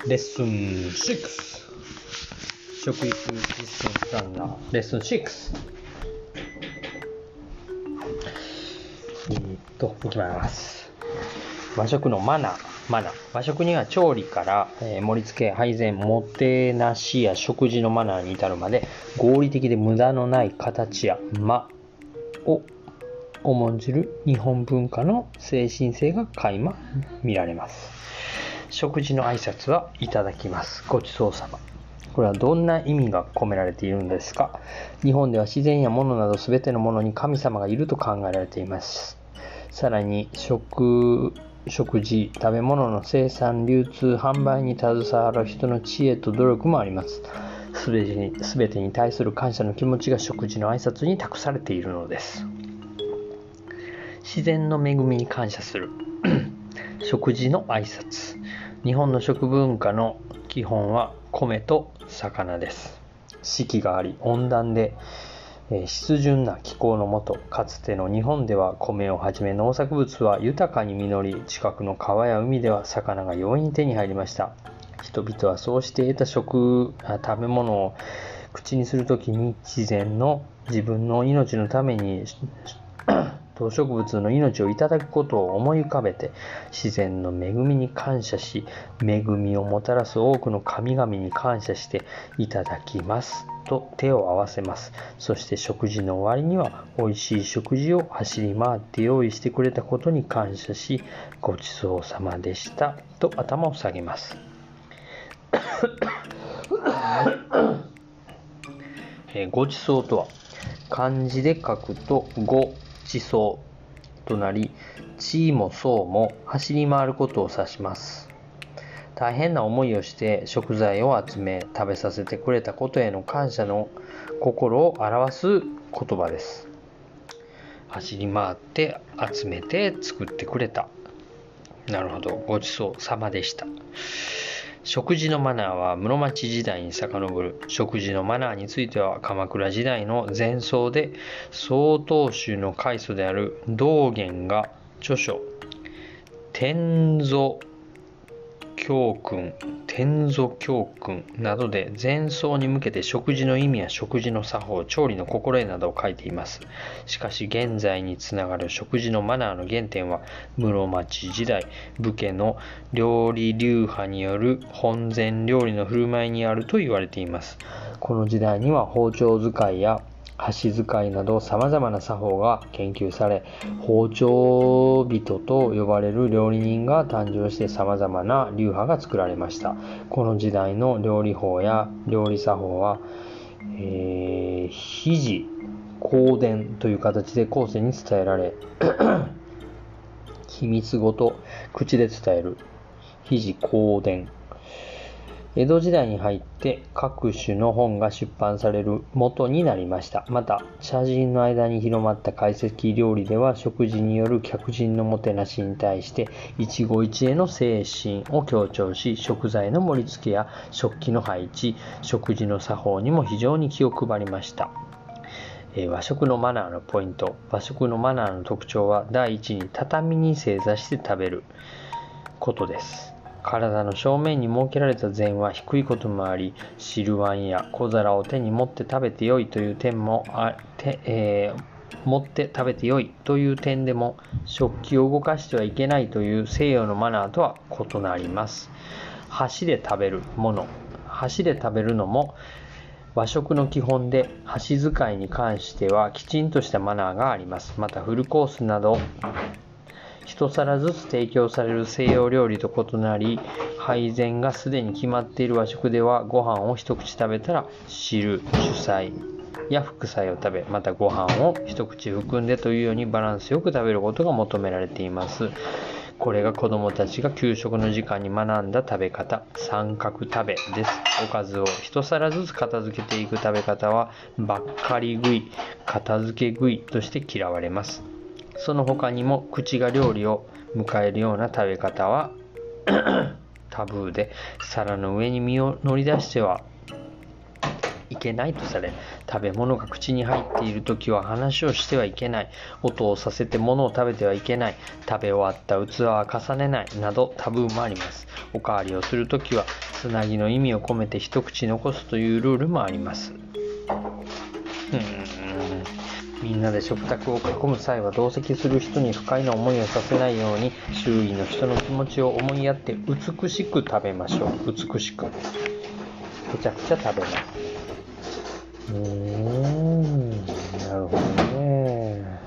レッスン6、食育実践プランナーレッスン6。いきます。和食のマナー。和食には調理から、盛り付け、配膳、もてなしや食事のマナーに至るまで合理的で無駄のない形や間を重んじる日本文化の精神性が垣間見られます。食事の挨拶はいただきます。ごちそうさま。これはどんな意味が込められているのですか？日本では自然や物など全てのものに神様がいると考えられています。さらに食事、食べ物の生産、流通、販売に携わる人の知恵と努力もあります。すべてに対する感謝の気持ちが食事の挨拶に託されているのです。自然の恵みに感謝する食事の挨拶。日本の食文化の基本は米と魚です。四季があり温暖で湿潤な気候のもと、かつての日本では米をはじめ農作物は豊かに実り、近くの川や海では魚が容易に手に入りました。人々はそうして得た食べ物を口にするときに自分の命のために動植物の命をいただくことを思い浮かべて、自然の恵みに感謝し、恵みをもたらす多くの神々に感謝していただきますと手を合わせます。そして食事の終わりには美味しい食事を走り回って用意してくれたことに感謝し、ごちそうさまでしたと頭を下げます。ごちそうとは漢字で書くとごちそうとなり、地もそうも走り回ることを指します。大変な思いをして食材を集め食べさせてくれたことへの感謝の心を表す言葉です。走り回って集めて作ってくれた。なるほど、ごちそうさまでした。食事のマナーは室町時代に遡る。食事のマナーについては鎌倉時代の前宋で曹洞宗の開祖である道元が著書天祖教訓などで前奏に向けて食事の意味や食事の作法、調理の心得などを書いています。しかし現在につながる食事のマナーの原点は室町時代武家の料理流派による本膳料理の振る舞いにあると言われています。この時代には包丁使いや箸使いなど様々な作法が研究され、包丁人と呼ばれる料理人が誕生して様々な流派が作られました。この時代の料理法や料理作法は、秘口伝という形で後世に伝えられ、秘密ごと口で伝える秘口伝。江戸時代に入って各種の本が出版される元になりました。また、茶人の間に広まった懐石料理では食事による客人のもてなしに対して一期一会の精神を強調し、食材の盛り付けや食器の配置、食事の作法にも非常に気を配りました。和食のマナーのポイント。和食のマナーの特徴は第一に畳に正座して食べることです。体の正面に設けられた膳は低いこともあり、汁碗や小皿を手に持って食べてよいという点も持って食べてよいという点でも、食器を動かしてはいけないという西洋のマナーとは異なります。箸で食べるのも和食の基本で、箸使いに関してはきちんとしたマナーがあります。またフルコースなど一皿ずつ提供される西洋料理と異なり、配膳がすでに決まっている和食ではご飯を一口食べたら汁、主菜や副菜を食べ、またご飯を一口含んでというようにバランスよく食べることが求められています。これが子どもたちが給食の時間に学んだ食べ方、三角食べです。おかずを一皿ずつ片付けていく食べ方はばっかり食い、片付け食いとして嫌われます。その他にも口が料理を迎えるような食べ方はタブーで、皿の上に身を乗り出してはいいけないとされ、食べ物が口に入っているときは話をしてはいけない、音をさせて物を食べてはいけない、食べ終わった器は重ねないなどタブーもあります。おかわりをするときはつなぎの意味を込めて一口残すというルールもあります。みんなで食卓を囲む際は同席する人に不快な思いをさせないように周囲の人の気持ちを思いやって美しく食べましょう。美しくめちゃくちゃ食べます。なるほどね。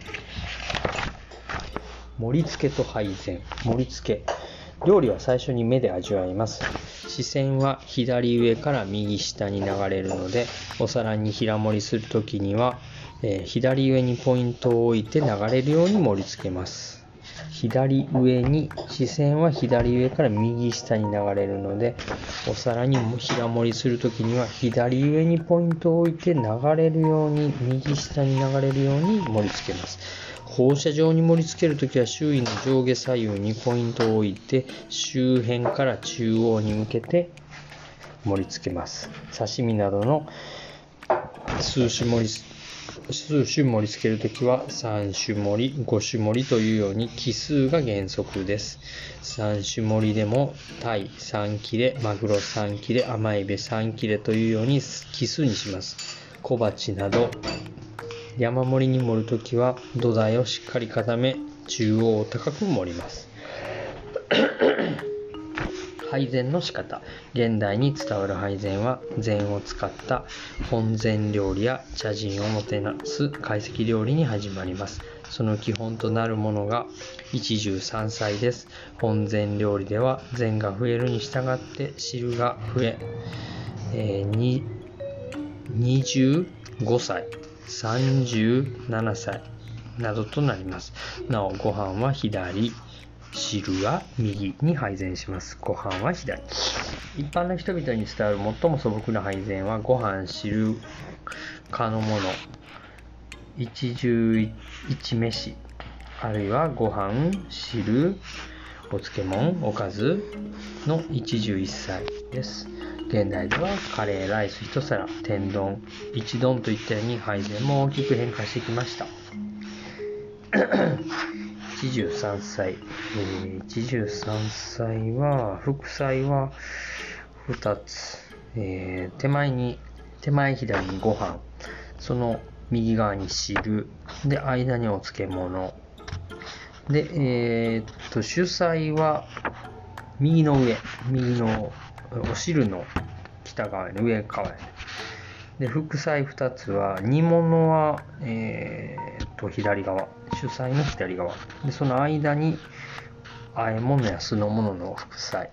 盛り付けと配膳。盛り付け。料理は最初に目で味わいます。視線は左上から右下に流れるので、お皿に平盛りするときには、左上にポイントを置いて流れるように盛り付けます。左上に、視線は左上から右下に流れるので、お皿に平盛りするときには左上にポイントを置いて流れるように、右下に流れるように盛り付けます。放射状に盛り付けるときは周囲の上下左右にポイントを置いて周辺から中央に向けて盛り付けます。刺身などの数種盛り付けるときは3種盛り、5種盛りというように奇数が原則です。3種盛りでもタイ3切れ、マグロ3切れ、甘エビ3切れというように奇数にします。小鉢など山盛りに盛るときは土台をしっかり固め中央を高く盛ります。配膳の仕方。現代に伝わる配膳は膳を使った本膳料理や茶人をもてなす懐石料理に始まります。その基本となるものが一汁三菜です。本膳料理では膳が増えるに従って汁が増え、25歳37歳などとなります。なお、ご飯は左、汁は右に配膳します。ご飯は左。一般の人々に伝わる最も素朴な配膳は、ご飯、汁、かのもの、一汁一飯、あるいはご飯、汁、お漬物、おかずの一汁一菜です。現代ではカレーライス一皿、天丼、一丼といったように配膳も大きく変化してきました。一汁三菜、一汁三菜は副菜は2つ、手前左にご飯、その右側に汁で間にお漬物で、主菜は右のお汁の北側に上側にで副菜2つは煮物は、左側、主菜の左側でその間に和え物や酢の物の副菜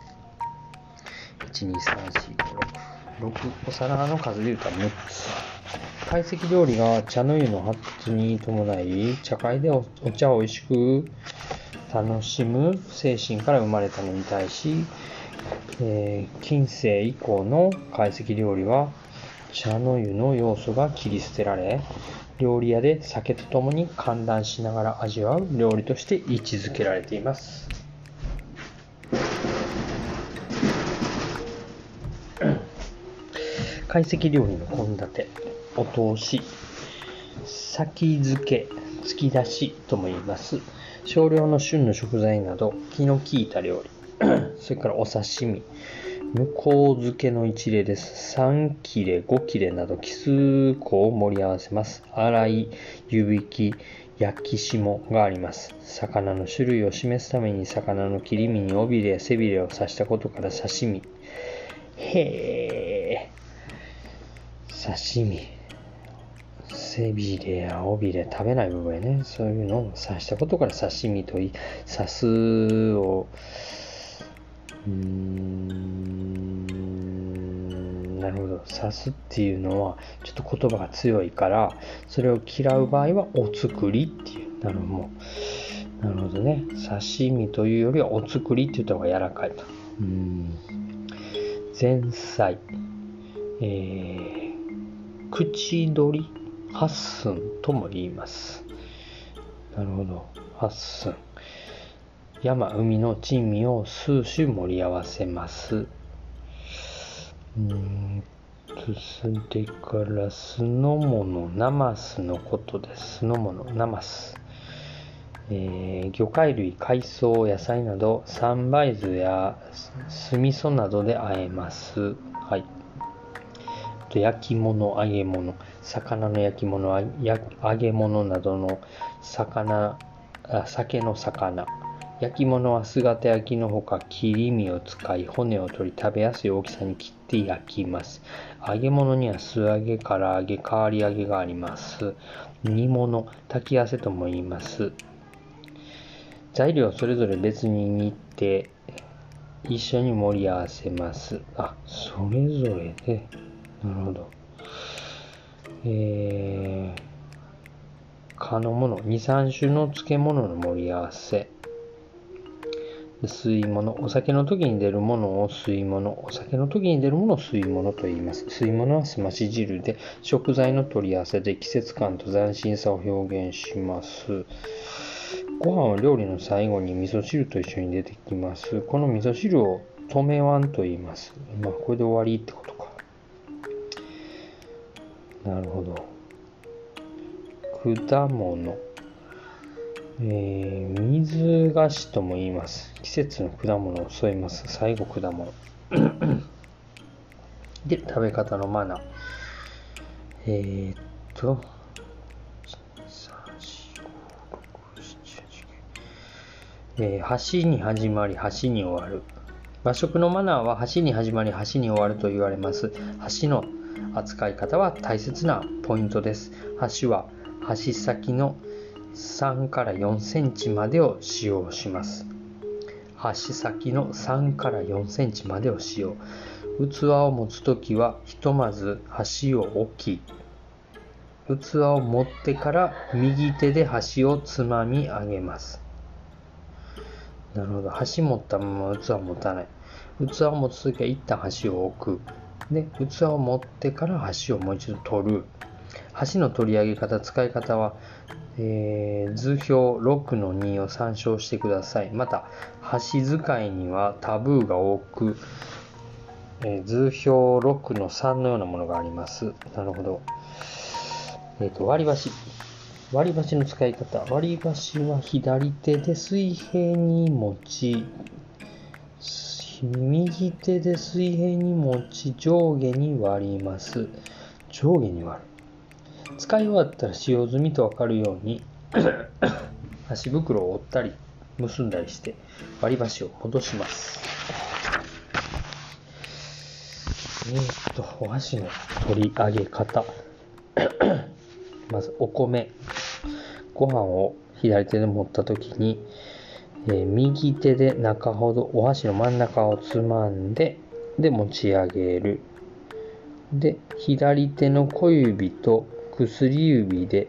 1,2,3,4,5,6お皿の数でいうと6つ。懐石料理が茶の湯の発掘に伴い茶会で お茶を美味しく楽しむ精神から生まれたのに対し、近世以降の懐石料理は茶の湯の要素が切り捨てられ、料理屋で酒とともに歓談しながら味わう料理として位置づけられています。懐石料理の献立、お通し、先付け、突き出しとも言います。少量の旬の食材など気の利いた料理それからお刺身、向こう漬けの一例です。3切れ、5切れなど奇数個を盛り合わせます。洗い、湯引き、焼き霜があります。魚の種類を示すために魚の切り身に尾びれや背びれを刺したことから刺身。刺身。背びれや尾びれ食べない部分やね。そういうのを刺したことから刺身といい、刺すをなるほど。刺すっていうのはちょっと言葉が強いから、それを嫌う場合はお作りっていう。なるほどね。刺身というよりはお作りって言った方が柔らかいと。前菜、口取り、八寸とも言います。なるほど。八寸。山、海の珍味を数種盛り合わせます。 それから酢の物、ナマスのことです。酢の物、ナマス。魚介類、海藻、野菜など、三杯酢や酢味噌などで和えます。はい。焼き物、揚げ物、魚の焼き物、揚げ物などの酒の魚。焼き物は姿焼きのほか切り身を使い骨を取り食べやすい大きさに切って焼きます。揚げ物には素揚げ、唐揚げ、変わり揚げがあります。煮物、炊き合わせとも言います。材料をそれぞれ別に煮て一緒に盛り合わせます。それぞれで、なるほど。蚊のもの、2、3種の漬物の盛り合わせ。吸い物、お酒の時に出るものを吸い物、お酒の時に出るものを吸い物と言います。吸い物はすまし汁で、食材の取り合わせで季節感と斬新さを表現します。ご飯は料理の最後に味噌汁と一緒に出てきます。この味噌汁を止めわんと言います。これで終わりってことか。なるほど。果物。水菓子とも言います。季節の果物を添えます。最後果物。で、食べ方のマナー。箸に始まり箸に終わる。和食のマナーは箸に始まり箸に終わると言われます。箸の扱い方は大切なポイントです。箸は箸先の3から4センチまでを使用します。箸先の3から4センチまでを使用。器を持つときはひとまず箸を置き、器を持ってから右手で箸をつまみ上げます。なるほど。箸持ったまま器を持たない。器を持つときは一旦箸を置く。で、器を持ってから箸をもう一度取る。箸の取り上げ方、使い方は、図表6の2を参照してください。また、箸使いにはタブーが多く、図表6の3のようなものがあります。なるほど。割り箸。割り箸の使い方。割り箸は左手で水平に持ち、右手で水平に持ち、上下に割ります。上下に割る。使い終わったら使用済みと分かるように箸袋を折ったり結んだりして割り箸を戻します。お箸の取り上げ方まずお米、ご飯を左手で持った時に、右手で中ほどお箸の真ん中をつまんで持ち上げる。で、左手の小指と薬指で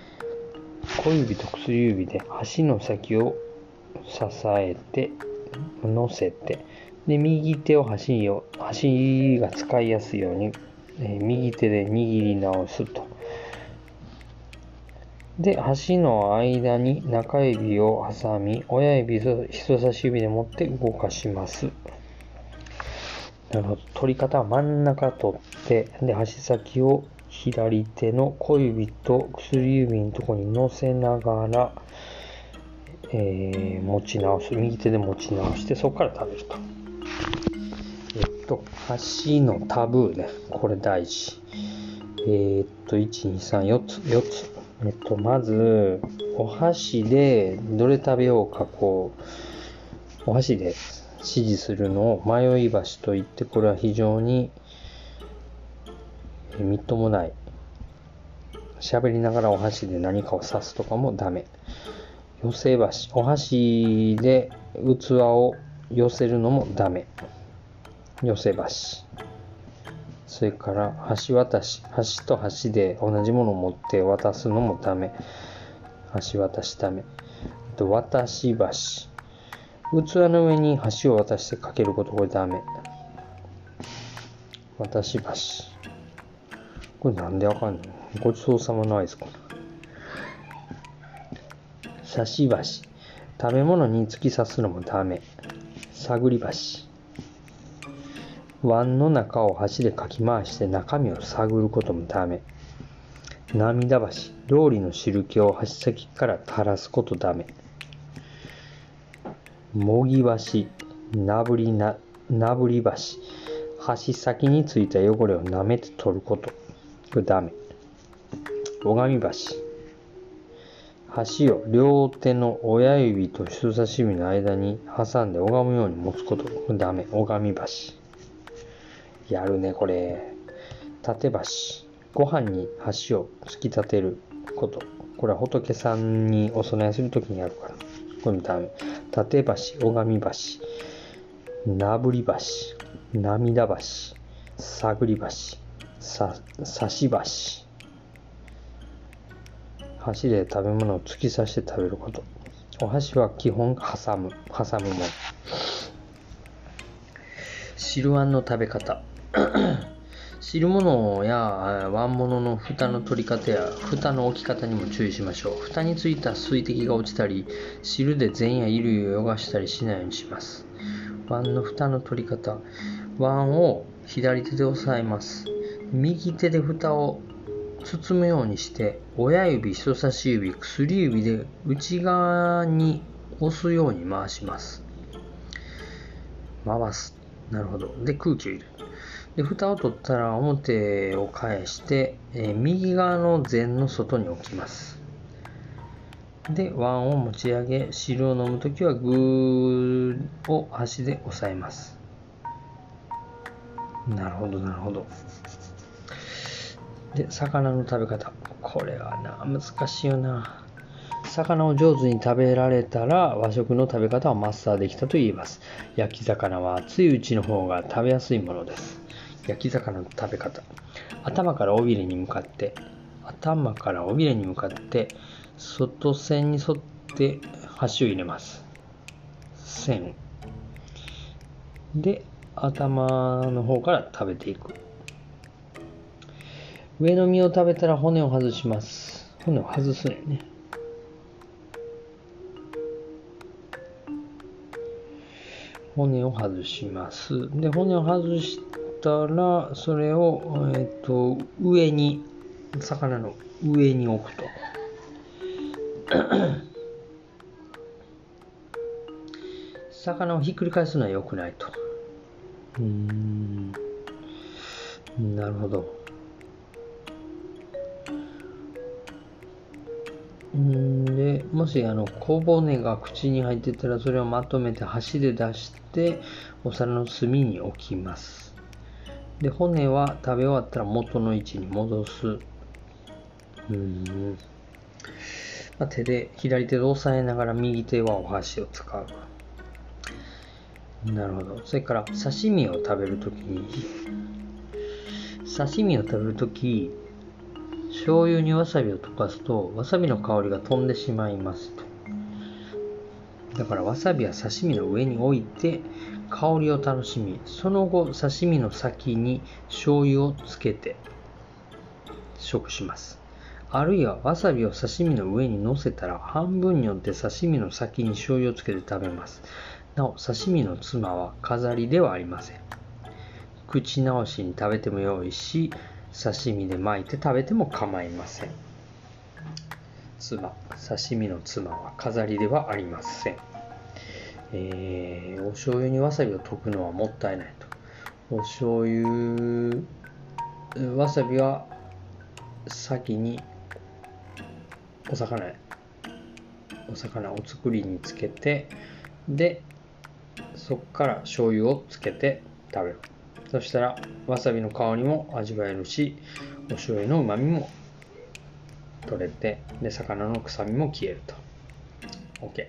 箸の先を支えて乗せて、で右手を箸が使いやすいように、右手で握り直すと。で、箸の間に中指を挟み、親指と人差し指で持って動かします。なるほど。取り方は真ん中取って、で箸先を左手の小指と薬指のところに乗せながら、持ち直す。右手で持ち直して、そこから食べると。箸のタブーね。これ大事。1、2、3、4つ。まず、お箸でどれ食べようか、お箸で指示するのを迷い箸といって、これは非常にみっともない。喋りながらお箸で何かを刺すとかもダメ。寄せ箸、お箸で器を寄せるのもダメ。寄せ箸。それから箸渡し、箸と箸で同じものを持って渡すのもダメ。箸渡しダメ。渡し箸。器の上に箸を渡してかけること、これダメ。渡し箸。これなんでわかんない？ごちそうさまの合図かな。刺し箸。食べ物に突き刺すのもダメ。探り箸。 碗の中を箸でかき回して中身を探ることもダメ。涙橋、料理の汁気を箸先から垂らすことダメ。もぎ箸、なぶり橋、箸先についた汚れを舐めて取ること。これダメ。拝み橋、箸を両手の親指と人差し指の間に挟んで拝むように持つこと。これダメ。拝み橋。やるね、これ。立て橋、ご飯に箸を突き立てること。これは仏さんにお供えするときにやるから。これもダメ。立て橋、拝み橋、なぶり橋、涙橋、探り橋、刺し橋。箸で食べ物を突き刺して食べること。お箸は基本挟むもの。汁碗の食べ方。汁物や碗物の蓋の取り方や蓋の置き方にも注意しましょう。蓋についた水滴が落ちたり、汁で膳や衣類を汚したりしないようにします。碗の蓋の取り方。碗を左手で押さえます。右手で蓋を包むようにして、親指、人差し指、薬指で内側に押すように回します。回す。なるほど。で、空気を入れる。で、蓋を取ったら表を返して、右側の膳の外に置きます。で、碗を持ち上げ、汁を飲むときはグーを箸で押さえます。なるほど、なるほど。で、魚の食べ方。これはな、難しいよな。魚を上手に食べられたら和食の食べ方をマスターできたと言えます。焼き魚は熱いうちの方が食べやすいものです。焼き魚の食べ方。頭から尾びれに向かって、外線に沿って箸を入れます。線。で、頭の方から食べていく。上の身を食べたら骨を外します。骨を外すね。骨を外します。で、骨を外したら、それを、上に、魚の上に置くと。魚をひっくり返すのは良くないと。なるほど。で、もし小骨が口に入ってたら、それをまとめて箸で出してお皿の隅に置きます。で、骨は食べ終わったら元の位置に戻す。左手で押さえながら右手はお箸を使う。なるほど。それから刺身を食べるとき、醤油にわさびを溶かすとわさびの香りが飛んでしまいますと。だからわさびは刺身の上に置いて香りを楽しみ、その後刺身の先に醤油をつけて食します。あるいはわさびを刺身の上に乗せたら半分に折って刺身の先に醤油をつけて食べます。なお刺身のつまは飾りではありません。口直しに食べてもよいし、刺身で巻いて食べても構いません。刺身のつまは飾りではありません。お醤油にわさびを溶くのはもったいないと。お醤油、わさびは先にお魚お作りにつけて、でそこから醤油をつけて食べる。そしたらわさびの香りも味わえるし、お醤油のうまみも取れて、で魚の臭みも消えると。 OK。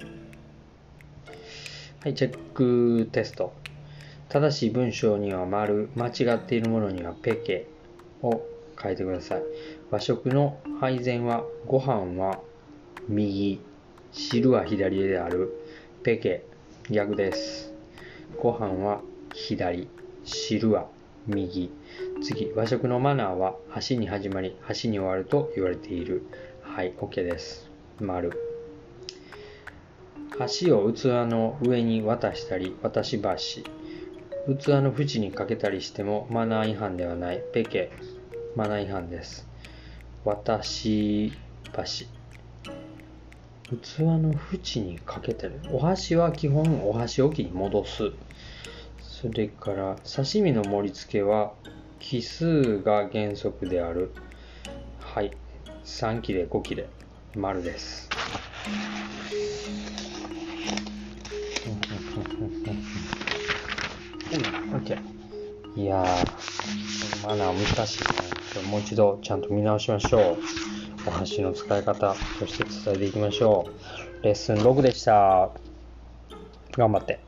はい、チェックテスト。正しい文章には丸、間違っているものにはペケを書いてください。和食の配膳はご飯は右、汁は左である。ペケ、逆です。ご飯は左、汁は右。次、和食のマナーは箸に始まり箸に終わると言われている。はい、OK です。丸。箸を器の上に渡したり、渡し箸。 器の縁にかけたりしてもマナー違反ではない。ペケ、マナー違反です。渡し箸。器の縁にかけたり。お箸は基本お箸置きに戻す。それから刺身の盛り付けは奇数が原則である。はい。3切れ5切れ丸です。OK。いやー、マナー難しいね。これもう一度ちゃんと見直しましょう。お箸の使い方、そして伝えていきましょう。レッスン6でした。頑張って。